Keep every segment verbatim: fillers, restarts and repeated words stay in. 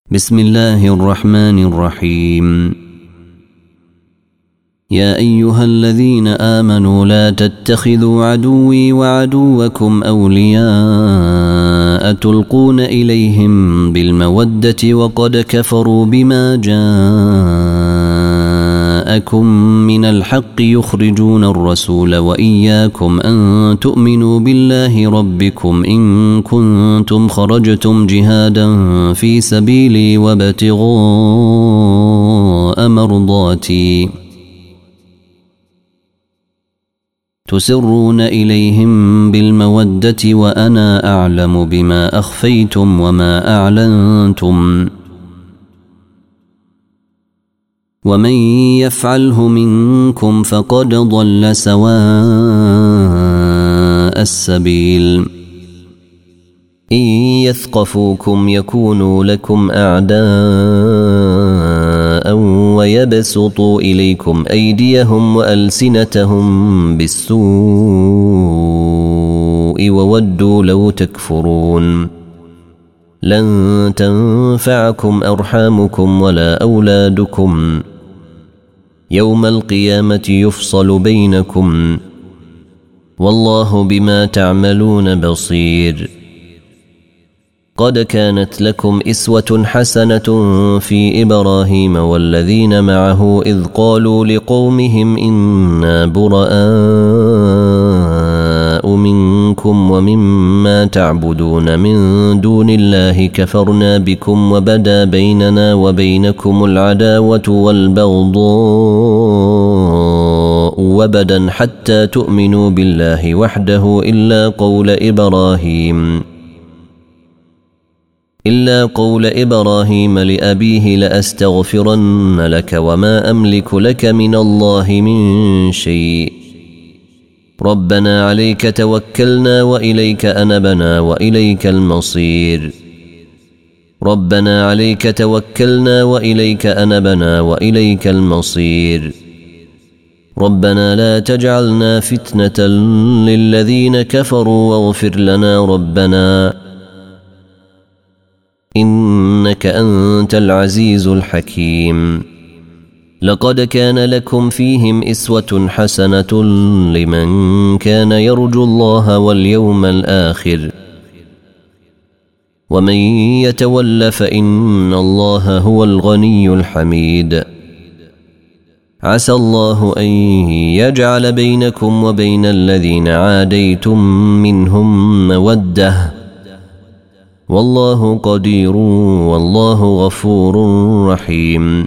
بسم الله الرحمن الرحيم. يا أيها الذين آمنوا لا تتخذوا عدوي وعدوكم أولياء تلقون إليهم بالمودة وقد كفروا بما جاءكم من الحق يخرجون الرسول وإياكم أن تؤمنوا بالله ربكم إن كنتم خرجتم جهادا في سبيلي وابتغاء مرضاتي تسرون إليهم بالمودة وأنا أعلم بما أخفيتم وما أعلنتم ومن يفعله منكم فقد ضل سواء السبيل. إن يثقفوكم يكونوا لكم أعداء ويبسطوا إليكم أيديهم وألسنتهم بالسوء وودوا لو تكفرون. لن تنفعكم أرحامكم ولا أولادكم يوم القيامة يفصل بينكم والله بما تعملون بصير. قد كانت لكم إسوة حسنة في إبراهيم والذين معه إذ قالوا لقومهم إنا براء منكم ومما تعبدون من دون الله كفرنا بكم وبدا بيننا وبينكم العداوة والبغضاء وبدا حتى تؤمنوا بالله وحده إلا قول إبراهيم إلا قول إبراهيم لأبيه لأستغفرن لك وما أملك لك من الله من شيء ربنا عليك توكلنا وإليك أنبنا وإليك المصير. ربنا عليك توكلنا وإليك أنبنا وإليك المصير. ربنا لا تجعلنا فتنة للذين كفروا واغفر لنا ربنا إنك أنت العزيز الحكيم. لقد كان لكم فيهم إسوة حسنة لمن كان يرجو الله واليوم الآخر ومن يتول فإن الله هو الغني الحميد. عسى الله أن يجعل بينكم وبين الذين عاديتم منهم مودة والله قدير والله غفور رحيم.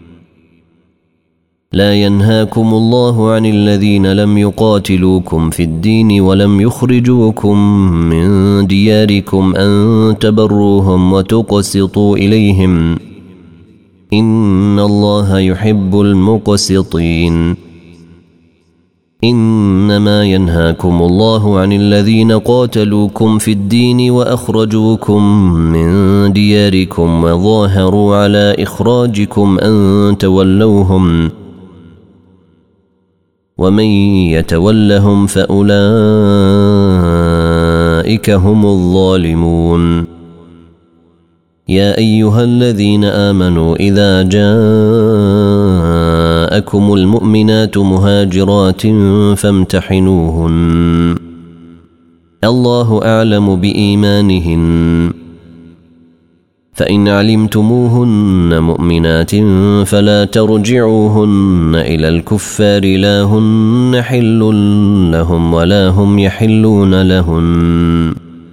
لا ينهاكم الله عن الذين لم يقاتلوكم في الدين ولم يخرجوكم من دياركم أن تبروهم وتقسطوا إليهم إن الله يحب المقسطين. إنما ينهاكم الله عن الذين قاتلوكم في الدين وأخرجوكم من دياركم وظاهروا على إخراجكم أن تولوهم ومن يتولهم فأولئك هم الظالمون. يا أيها الذين آمنوا إذا جاءكم المؤمنات مهاجرات فامتحنوهن الله أعلم بإيمانهن فإن علمتموهن مؤمنات فلا ترجعوهن إلى الكفار لا هن حل لهم ولا هم يحلون لهن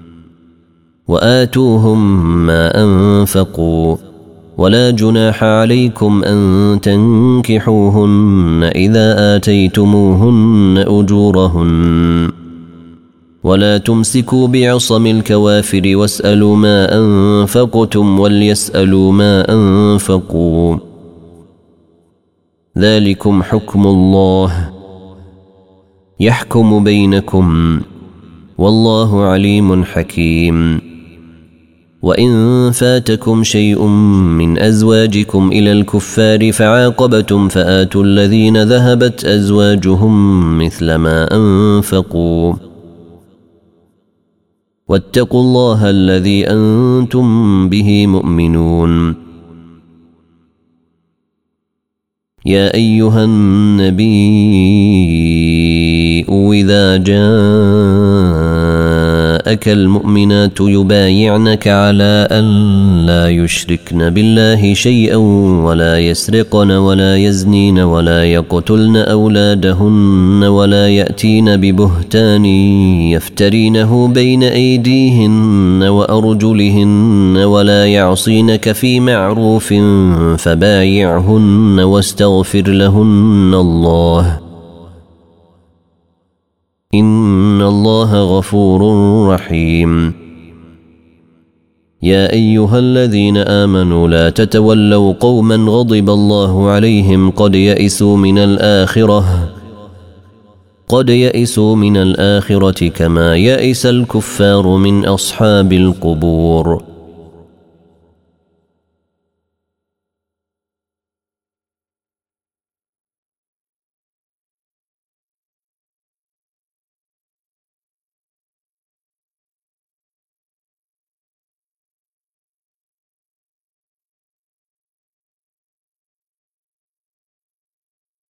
وآتوهم ما أنفقوا ولا جناح عليكم أن تنكحوهن إذا آتيتموهن أجورهن ولا تمسكوا بعصم الكوافر واسألوا ما أنفقتم وليسألوا ما أنفقوا ذلكم حكم الله يحكم بينكم والله عليم حكيم. وإن فاتكم شيء من أزواجكم إلى الكفار فعاقبتم فآتوا الذين ذهبت أزواجهم مثل ما أنفقوا واتقوا الله الذي أنتم به مؤمنون. يا أيها النبي إذا جاءك المؤمنات يبايعنك على أن لا يشركن بالله شيئا ولا يسرقن ولا يزنين ولا يقتلن أولادهن ولا يأتين ببهتان يفترينه بين أيديهن وأرجلهن ولا يعصينك في معروف فبايعهن واستغفر لهن الله إن الله غفور رحيم. يا أيها الذين آمنوا لا تتولوا قوما غضب الله عليهم قد يئسوا من الآخرة قد يئسوا من الآخرة كما يئس الكفار من أصحاب القبور.